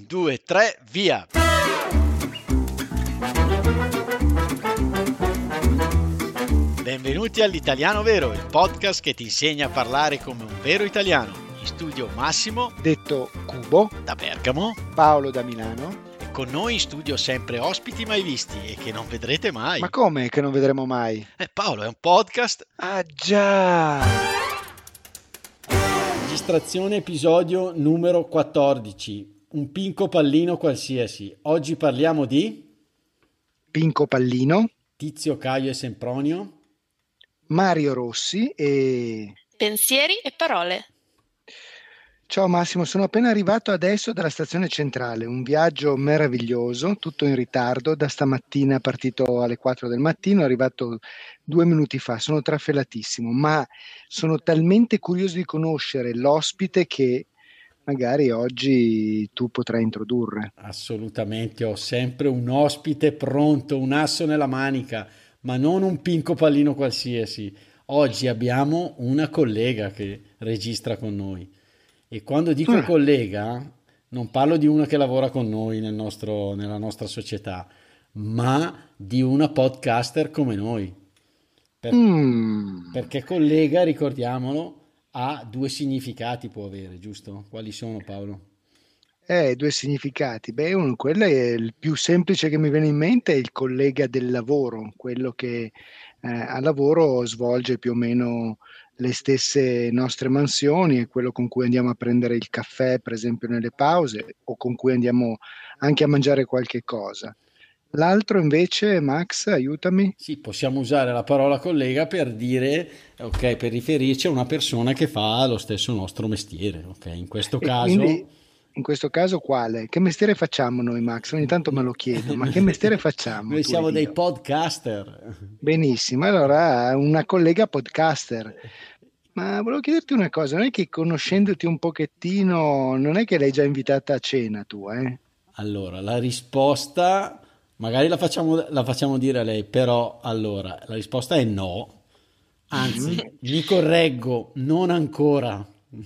2, 3, via! Benvenuti all'Italiano Vero, il podcast che ti insegna a parlare come un vero italiano. In studio Massimo, detto Cubo, da Bergamo, Paolo da Milano. E con noi in studio sempre ospiti mai visti e che non vedrete mai. Ma come che non vedremo mai? Paolo, è un podcast. Ah già! Registrazione episodio numero 14. Un pinco pallino qualsiasi. Oggi parliamo di Pinco Pallino, Tizio, Caio e Sempronio, Mario Rossi e... Pensieri e parole. Ciao Massimo, sono appena arrivato adesso dalla stazione centrale, un viaggio meraviglioso, tutto in ritardo, da stamattina partito alle 4 del mattino, arrivato 2 minuti fa, sono trafelatissimo, ma sono talmente curioso di conoscere l'ospite che magari oggi tu potrai introdurre. Assolutamente, ho sempre un ospite pronto, un asso nella manica, ma non un pinco pallino qualsiasi. Oggi abbiamo una collega che registra con noi. E quando dico collega, non parlo di una che lavora con noi nella nostra società, ma di una podcaster come noi. Perché collega, ricordiamolo, ha due significati, può avere, giusto? Quali sono, Paolo? Due significati. Beh, quello è il più semplice che mi viene in mente, è il collega del lavoro, quello che al lavoro svolge più o meno le stesse nostre mansioni, è quello con cui andiamo a prendere il caffè, per esempio, nelle pause, o con cui andiamo anche a mangiare qualche cosa. L'altro invece, Max, aiutami. Sì, possiamo usare la parola collega per dire, ok, per riferirci a una persona che fa lo stesso nostro mestiere, ok? In questo caso... Quindi, in questo caso quale? Che mestiere facciamo noi, Max? Ogni tanto me lo chiedo, ma che mestiere facciamo? Noi tu siamo ed dei io? podcaster. Benissimo, allora una collega podcaster. Ma volevo chiederti una cosa, non è che conoscendoti un pochettino, non è che l'hai già invitata a cena tu, eh? Allora, la risposta, magari la facciamo dire a lei, però allora, la risposta è no. Anzi, mi correggo, non ancora.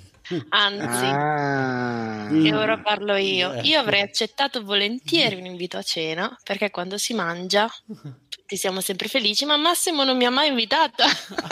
Anzi, e ora parlo io. Io avrei accettato volentieri un invito a cena, perché quando si mangia tutti siamo sempre felici, ma Massimo non mi ha mai invitata.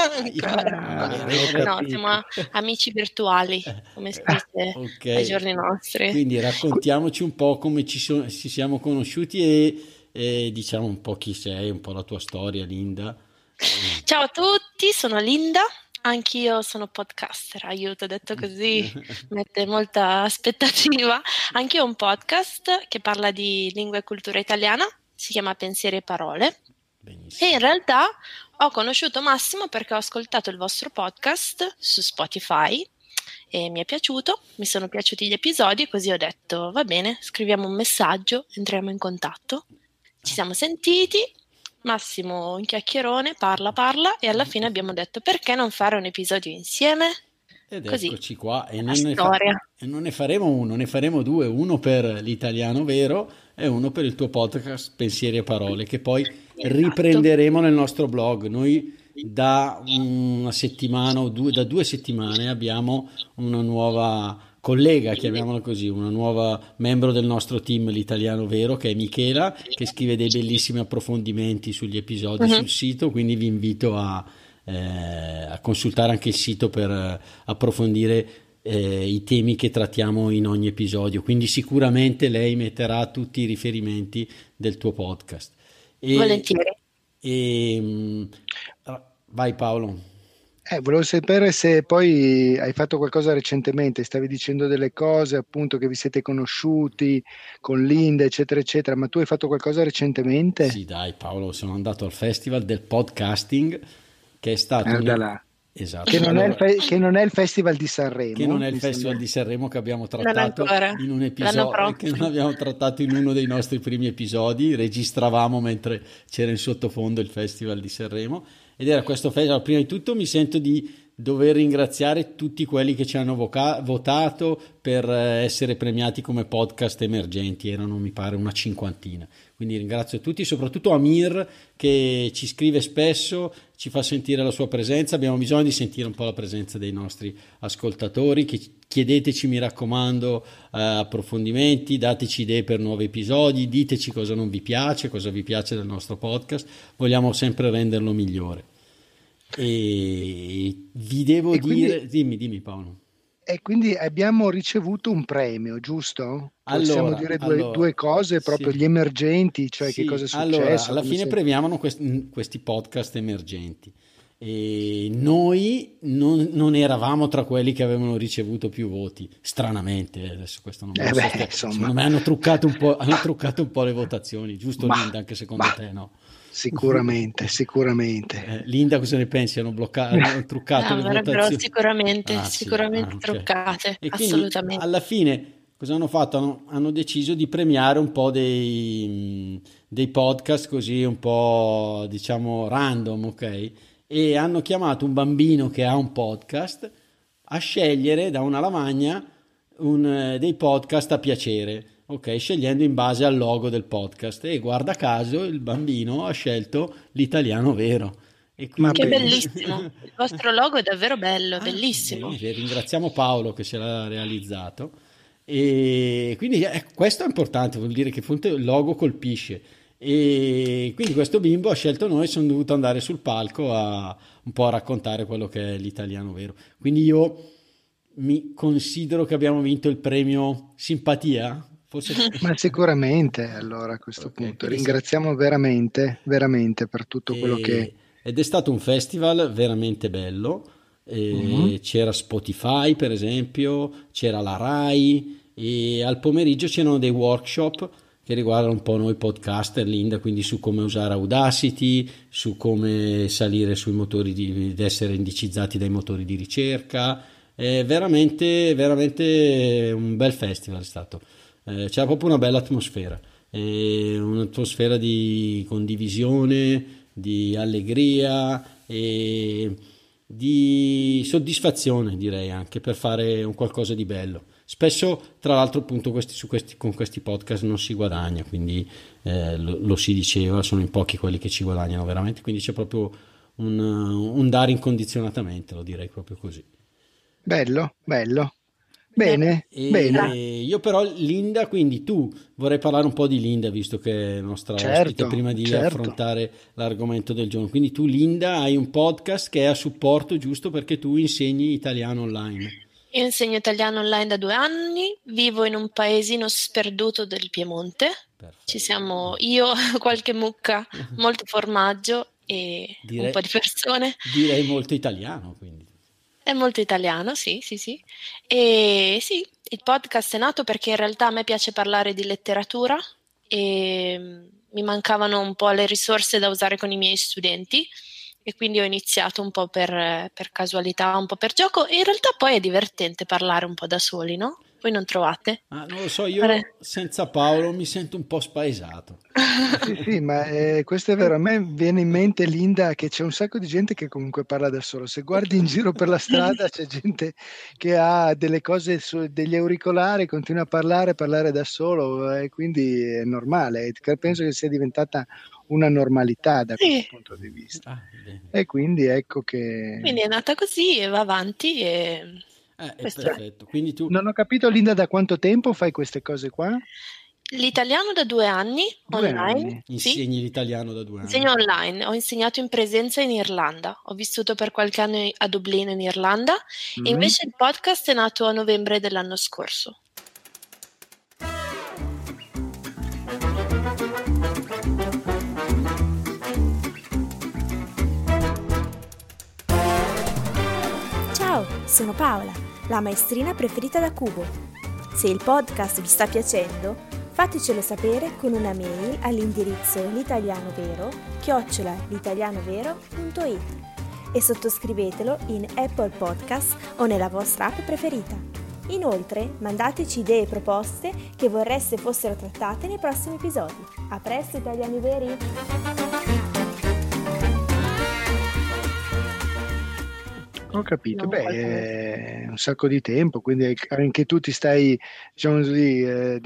No, siamo amici virtuali, come si dice Okay. ai giorni nostri. Quindi raccontiamoci un po' come ci siamo conosciuti e diciamo un po' chi sei, un po' la tua storia, Linda. Ciao a tutti, sono Linda. Anch'io sono podcaster, aiuto, detto così mette molta aspettativa. Anch'io ho un podcast che parla di lingua e cultura italiana, si chiama Pensieri e Parole. Benissimo. E in realtà ho conosciuto Massimo perché ho ascoltato il vostro podcast su Spotify e mi è piaciuto, mi sono piaciuti gli episodi e così ho detto va bene, scriviamo un messaggio, entriamo in contatto. Ci siamo sentiti. Massimo in chiacchierone parla e alla fine abbiamo detto perché non fare un episodio insieme? Ed Così, eccoci qua e la storia. non ne faremo uno, ne faremo due, uno per l'Italiano Vero e uno per il tuo podcast Pensieri e Parole, che poi riprenderemo nel nostro blog. Noi da una settimana o da 2 settimane abbiamo una nuova collega, chiamiamola così, una nuova membro del nostro team l'Italiano Vero, che è Michela, che scrive dei bellissimi approfondimenti sugli episodi sul sito, quindi vi invito a consultare anche il sito per approfondire i temi che trattiamo in ogni episodio. Quindi sicuramente lei metterà tutti i riferimenti del tuo podcast. Volentieri. Vai Paolo. Volevo sapere se poi hai fatto qualcosa recentemente, stavi dicendo delle cose appunto che vi siete conosciuti con Linda eccetera eccetera, ma tu hai fatto qualcosa recentemente? Sì dai Paolo, sono andato al Festival del Podcasting che è stato esatto. Che non è il Festival di Sanremo. Che non è il Festival di Sanremo che abbiamo trattato in un episodio, che non abbiamo trattato in uno dei nostri primi episodi. Registravamo mentre c'era in sottofondo il Festival di Sanremo ed era questo festival. Prima di tutto mi sento di dover ringraziare tutti quelli che ci hanno votato per essere premiati come podcast emergenti. Erano, mi pare, una cinquantina. Quindi ringrazio tutti, soprattutto Amir, che ci scrive spesso, ci fa sentire la sua presenza. Abbiamo bisogno di sentire un po' la presenza dei nostri ascoltatori. Chiedeteci, mi raccomando, approfondimenti, dateci idee per nuovi episodi, diteci cosa non vi piace, cosa vi piace del nostro podcast. Vogliamo sempre renderlo migliore. E vi devo dire, dimmi Paolo. E quindi abbiamo ricevuto un premio, giusto? Possiamo Allora, dire due cose, proprio sì. gli emergenti, cioè Sì, che cosa è successo? allora, alla fine premiavano questi podcast emergenti e noi non eravamo tra quelli che avevano ricevuto più voti, stranamente. Adesso questo non lo so, secondo me hanno truccato un po' le votazioni, giusto Linda, anche secondo te, no? Sicuramente. Linda, cosa ne pensi? Hanno truccato le votazioni? Sicuramente Sì. truccate, E quindi, assolutamente. alla fine cosa hanno fatto? Hanno deciso di premiare un po' dei podcast così un po', diciamo, random, ok? E hanno chiamato un bambino che ha un podcast a scegliere da una lavagna dei podcast a piacere. Ok, scegliendo in base al logo del podcast, e guarda caso il bambino ha scelto l'italiano vero. E quindi... Che bellissimo, il vostro logo è davvero bello, bellissimo. Sì, ringraziamo Paolo che ce l'ha realizzato, e quindi questo è importante, vuol dire che il logo colpisce, e quindi questo bimbo ha scelto noi. Sono dovuto andare sul palco un po' a raccontare quello che è l'italiano vero, quindi io mi considero che abbiamo vinto il premio simpatia. Forse... Ma sicuramente, allora a questo punto ringraziamo veramente per tutto quello che... Ed è stato un festival veramente bello, c'era Spotify per esempio, c'era la Rai, e al pomeriggio c'erano dei workshop che riguardano un po' noi podcaster, Linda, quindi su come usare Audacity, su come salire sui motori ed essere indicizzati dai motori di ricerca. È veramente un bel festival è stato. C'era proprio una bella atmosfera, un'atmosfera di condivisione, di allegria e di soddisfazione, direi, anche per fare un qualcosa di bello. Spesso, tra l'altro, appunto, con questi podcast non si guadagna, quindi lo si diceva, sono in pochi quelli che ci guadagnano veramente, quindi c'è proprio un dare incondizionatamente, lo direi proprio così. Bello. Bene. Io però, Linda, quindi tu vorrei parlare un po' di Linda, visto che è nostra ospite, prima di affrontare l'argomento del giorno. Quindi tu, Linda, hai un podcast che è a supporto, giusto, perché tu insegni italiano online. Io insegno italiano online da 2 anni, vivo in un paesino sperduto del Piemonte. Perfetto. Ci siamo io, qualche mucca, molto formaggio e un po' di persone. Direi molto italiano, quindi. È molto italiano, sì. E sì, il podcast è nato perché in realtà a me piace parlare di letteratura e mi mancavano un po' le risorse da usare con i miei studenti, e quindi ho iniziato un po' per casualità, un po' per gioco, e in realtà poi è divertente parlare un po' da soli, no? Voi non trovate? Non lo so, io senza Paolo mi sento un po' spaesato. Sì, ma questo è vero. A me viene in mente, Linda, che c'è un sacco di gente che comunque parla da solo. Se guardi in giro per la strada c'è gente che ha delle cose degli auricolari, continua a parlare da solo, e quindi è normale. Penso che sia diventata una normalità da questo punto di vista. E quindi ecco che... Quindi è nata così e va avanti e... perfetto. Quindi tu... Non ho capito, Linda, da quanto tempo fai queste cose qua? L'italiano da 2 anni, online. Insegni l'italiano da 2 anni? Insegno online, ho insegnato in presenza in Irlanda, ho vissuto per qualche anno a Dublino in Irlanda, e invece il podcast è nato a novembre dell'anno scorso. Ciao, sono Paola, la maestrina preferita da Cubo. Se il podcast vi sta piacendo, fatecelo sapere con una mail all'indirizzo l'italianovero@l'italianovero.it e sottoscrivetelo in Apple Podcast o nella vostra app preferita. Inoltre, mandateci idee e proposte che vorreste fossero trattate nei prossimi episodi. A presto, italiani veri! Ho capito, abbiamo qualche mese. è un sacco di tempo, quindi anche tu ti stai, diciamo così,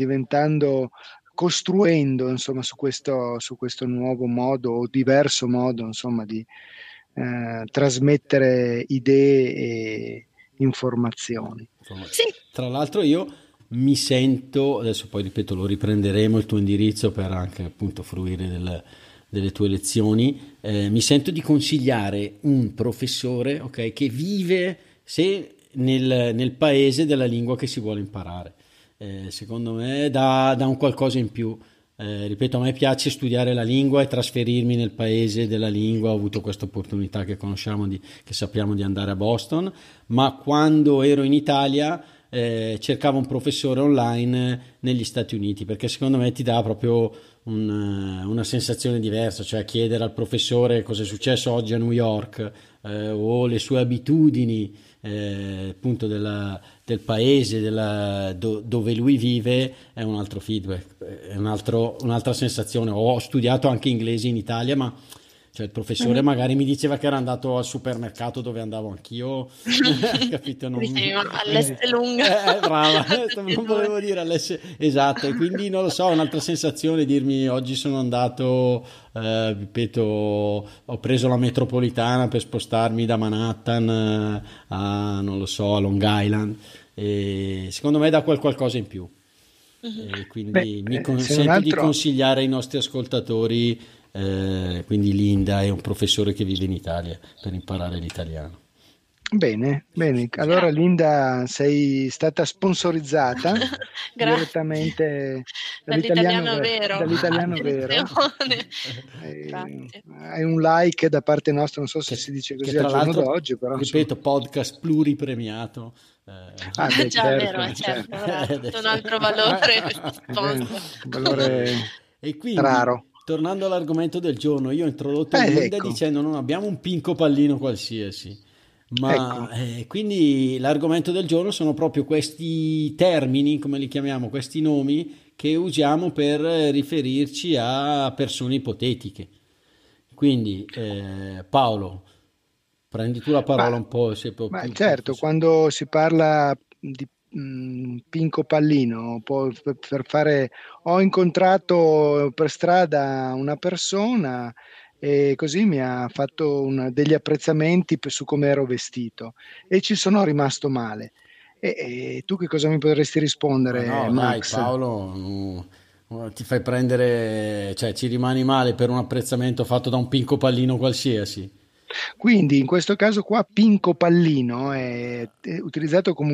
costruendo, insomma, su questo nuovo modo o diverso modo, insomma, di trasmettere idee e informazioni. Sì. Tra l'altro io mi sento, adesso poi ripeto, lo riprenderemo il tuo indirizzo per anche appunto fruire delle tue lezioni, mi sento di consigliare un professore, ok, che vive nel paese della lingua che si vuole imparare. Secondo me dà un qualcosa in più. Ripeto, a me piace studiare la lingua e trasferirmi nel paese della lingua. Ho avuto questa opportunità che sappiamo di andare a Boston, ma quando ero in Italia cercavo un professore online negli Stati Uniti, perché secondo me ti dà proprio una sensazione diversa, cioè chiedere al professore cosa è successo oggi a New York, o le sue abitudini appunto del paese dove lui vive, è un altro feedback, è un'altra sensazione. Ho studiato anche inglese in Italia, ma cioè il professore magari mi diceva che era andato al supermercato dove andavo anch'io, capito? All'Este lunga. Brava, non volevo dire esatto, e quindi non lo so, un'altra sensazione dirmi oggi sono andato, ripeto, ho preso la metropolitana per spostarmi da Manhattan non lo so, a Long Island, e secondo me dà qualcosa in più. E quindi sento di consigliare ai nostri ascoltatori, quindi Linda è un professore che vive in Italia per imparare l'italiano. Bene, allora Linda sei stata sponsorizzata direttamente dall'italiano vero. Hai un like da parte nostra, non so se si dice così al giorno d'oggi, però ripeto, podcast pluripremiato. Certo. Un altro valore e quindi, raro. Tornando all'argomento del giorno, io ho introdotto Linda dicendo non abbiamo un pinco pallino qualsiasi, ma quindi l'argomento del giorno sono proprio questi termini, come li chiamiamo, questi nomi che usiamo per riferirci a persone ipotetiche. Quindi Paolo, prendi tu la parola un po'. Certo, quando si parla di pinco pallino, per fare, ho incontrato per strada una persona e così mi ha fatto degli apprezzamenti su come ero vestito e ci sono rimasto male. E tu che cosa mi potresti rispondere, no, Max? Dai, Paolo, ti fai prendere, cioè ci rimani male per un apprezzamento fatto da un pinco pallino qualsiasi. Quindi in questo caso qua pinco pallino è utilizzato come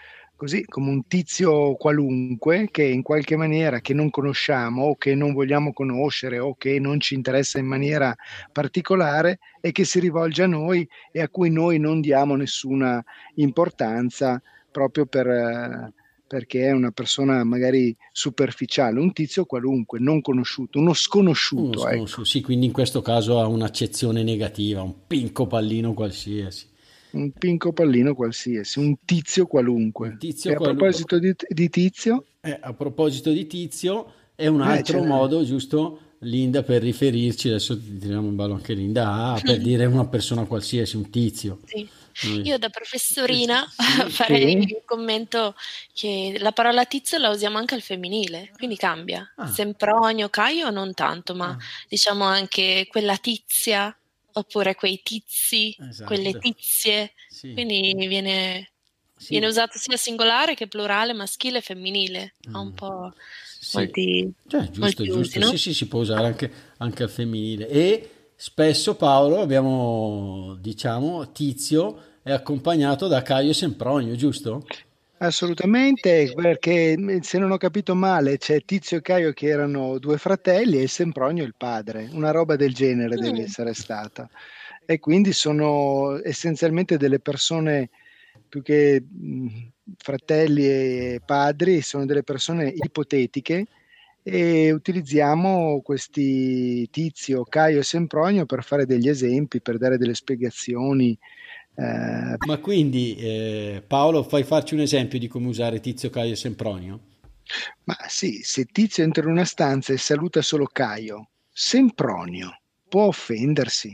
un tizio qualunque che in qualche maniera che non conosciamo o che non vogliamo conoscere o che non ci interessa in maniera particolare e che si rivolge a noi e a cui noi non diamo nessuna importanza proprio perché è una persona magari superficiale, un tizio qualunque, non conosciuto, uno sconosciuto. Ecco. Sì, quindi in questo caso ha un'accezione negativa, un pinco pallino qualsiasi. Un pinco pallino qualsiasi, un tizio qualunque. A proposito di tizio? A proposito di tizio, è un altro modo, giusto, Linda, per riferirci, adesso ti tiriamo in ballo anche Linda, per dire una persona qualsiasi, un tizio. Sì. Io da professorina farei il commento che la parola tizio la usiamo anche al femminile, quindi cambia. Sempronio, Caio non tanto, ma diciamo anche quella tizia, oppure quei tizi, quelle tizie, quindi viene usato sia singolare che plurale, maschile e femminile. Ha un po' molti giusto. usi, no? Sì, si può usare anche al femminile. E spesso, Paolo, abbiamo, diciamo, tizio è accompagnato da Caio e Sempronio, giusto? Assolutamente, perché se non ho capito male c'è Tizio e Caio che erano due fratelli e Sempronio il padre, una roba del genere deve essere stata, e quindi sono essenzialmente delle persone più che fratelli e padri, sono delle persone ipotetiche e utilizziamo questi Tizio, Caio e Sempronio per fare degli esempi, per dare delle spiegazioni. Ma quindi Paolo, fai farci un esempio di come usare Tizio, Caio e Sempronio? Ma sì, se Tizio entra in una stanza e saluta solo Caio, Sempronio può offendersi?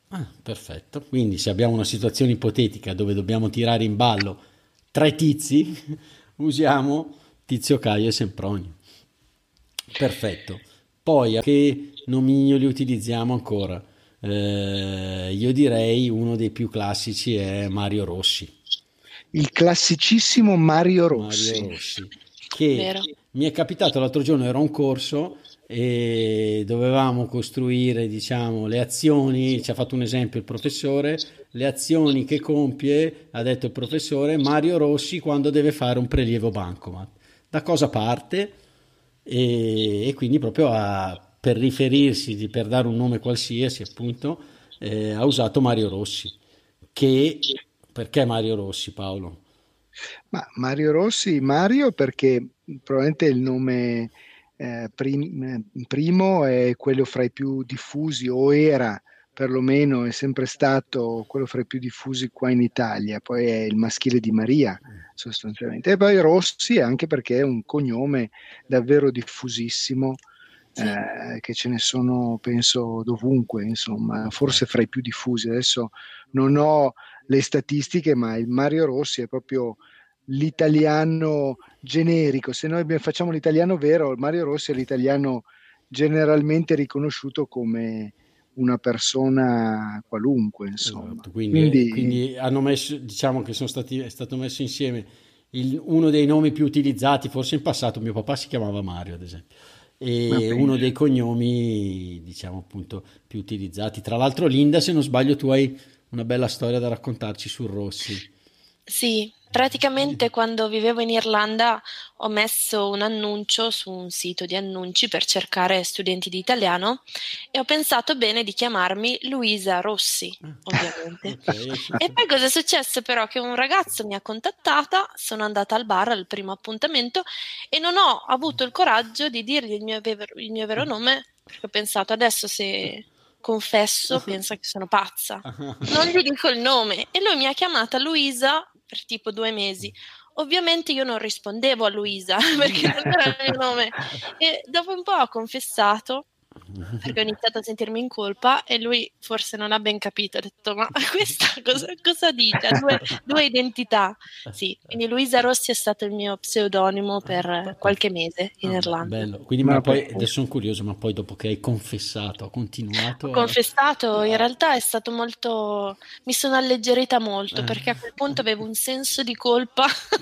Perfetto. Quindi se abbiamo una situazione ipotetica dove dobbiamo tirare in ballo 3 tizi, usiamo Tizio, Caio e Sempronio. Perfetto. Poi che nomignoli utilizziamo ancora? Io direi uno dei più classici è Mario Rossi. Il classicissimo Mario Rossi. Mario Rossi, che Vero. mi è capitato l'altro giorno, era un corso e dovevamo costruire, diciamo, le azioni, ci ha fatto un esempio il professore, le azioni che compie, ha detto il professore, Mario Rossi quando deve fare un prelievo bancomat. Da cosa parte? E quindi proprio per riferirsi, per dare un nome qualsiasi, appunto, ha usato Mario Rossi. Perché Mario Rossi, Paolo? Ma Mario Rossi, Mario perché probabilmente il nome primo è quello fra i più diffusi, o era perlomeno, è sempre stato quello fra i più diffusi qua in Italia, poi è il maschile di Maria sostanzialmente, e poi Rossi anche perché è un cognome davvero diffusissimo, Sì. che ce ne sono penso dovunque, insomma, forse fra i più diffusi. Adesso non ho le statistiche, ma il Mario Rossi è proprio l'italiano generico. Se noi facciamo l'italiano vero, il Mario Rossi è l'italiano generalmente riconosciuto come una persona qualunque, insomma. Esatto, quindi hanno messo, diciamo che è stato messo insieme uno dei nomi più utilizzati, forse in passato mio papà si chiamava Mario, ad esempio, e uno dei cognomi, diciamo appunto, più utilizzati. Tra l'altro, Linda, se non sbaglio, tu hai una bella storia da raccontarci su Rossi. Sì, praticamente quando vivevo in Irlanda ho messo un annuncio su un sito di annunci per cercare studenti di italiano e ho pensato bene di chiamarmi Luisa Rossi, ovviamente. E poi cosa è successo però? Che un ragazzo mi ha contattata, sono andata al bar al primo appuntamento e non ho avuto il coraggio di dirgli il mio vero nome, perché ho pensato adesso se confesso pensa che sono pazza. Non gli dico il nome e lui mi ha chiamata Luisa per tipo 2 mesi. Ovviamente io non rispondevo a Luisa perché non era il mio nome e dopo un po' ho confessato perché ho iniziato a sentirmi in colpa e lui forse non ha ben capito, ha detto ma questa cosa dice? Ha due identità. Sì, quindi Luisa Rossi è stato il mio pseudonimo per qualche mese in Irlanda. Bello. Quindi, ma poi adesso sono curioso, ma poi dopo che hai confessato, ho continuato? Ho confessato, in realtà è stato molto, mi sono alleggerita molto perché a quel punto avevo un senso di colpa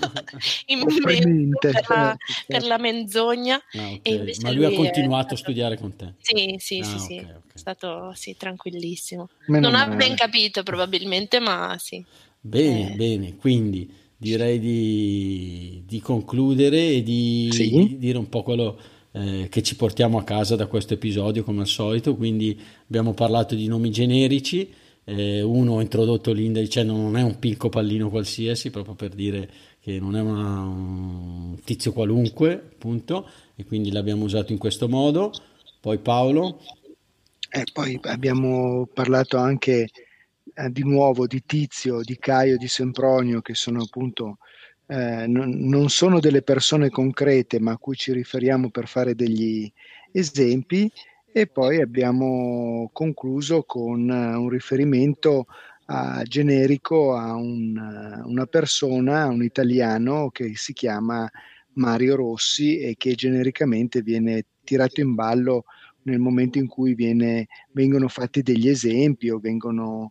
immenso per la menzogna. Okay. E invece ma lui ha continuato a studiare con te? Sì, Okay. è stato tranquillissimo. Meno non ha male. ben capito probabilmente, ma sì. Bene, quindi direi di concludere e di dire un po' quello che ci portiamo a casa da questo episodio, come al solito. Quindi abbiamo parlato di nomi generici, uno ho introdotto Linda dicendo non è un pinco pallino qualsiasi, proprio per dire che non è un tizio qualunque, appunto, e quindi l'abbiamo usato in questo modo. Poi Paolo? Poi abbiamo parlato anche di nuovo di Tizio, di Caio, di Sempronio, che sono appunto non sono delle persone concrete, ma a cui ci riferiamo per fare degli esempi. E poi abbiamo concluso con un riferimento generico a una persona, un italiano che si chiama Mario Rossi e che genericamente viene tirato in ballo nel momento in cui vengono fatti degli esempi o vengono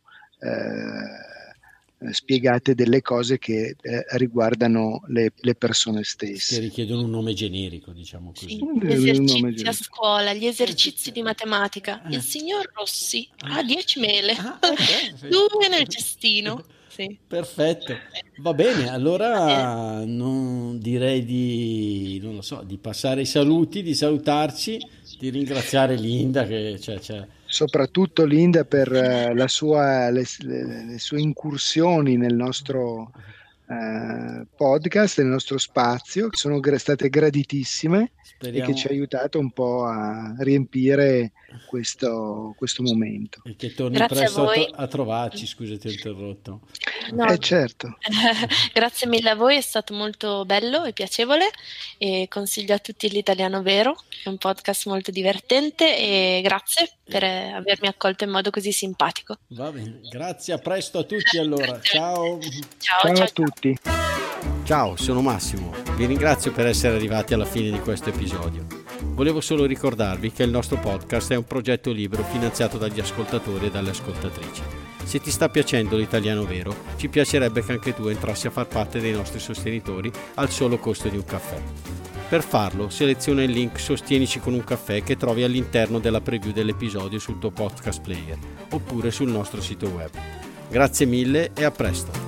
spiegate delle cose che riguardano le persone Che stesse. richiedono un nome generico, diciamo così. Sì, gli esercizi a scuola, gli esercizi di matematica. Il signor Rossi ha 10 mele, 2 nel cestino. Sì. Perfetto, va bene, allora direi non lo so, di passare i saluti, di salutarci, di ringraziare Linda che soprattutto Linda per le sue incursioni nel nostro podcast, nel nostro spazio, che sono state graditissime. Speriamo. E che ci ha aiutato un po' a riempire questo momento. E che torni Grazie presto a voi. a trovarci, scusa ti ho interrotto. No. Certo. Grazie mille a voi, è stato molto bello e piacevole e consiglio a tutti l'Italiano Vero, è un podcast molto divertente e grazie per avermi accolto in modo così simpatico. Va bene, grazie, a presto a tutti allora, ciao. Ciao A tutti. Ciao, sono Massimo, vi ringrazio per essere arrivati alla fine di questo episodio. Volevo solo ricordarvi che il nostro podcast è un progetto libero finanziato dagli ascoltatori e dalle ascoltatrici. Se ti sta piacendo l'Italiano Vero, ci piacerebbe che anche tu entrassi a far parte dei nostri sostenitori al solo costo di un caffè. Per farlo, seleziona il link Sostienici con un caffè che trovi all'interno della preview dell'episodio sul tuo podcast player oppure sul nostro sito web. Grazie mille e a presto!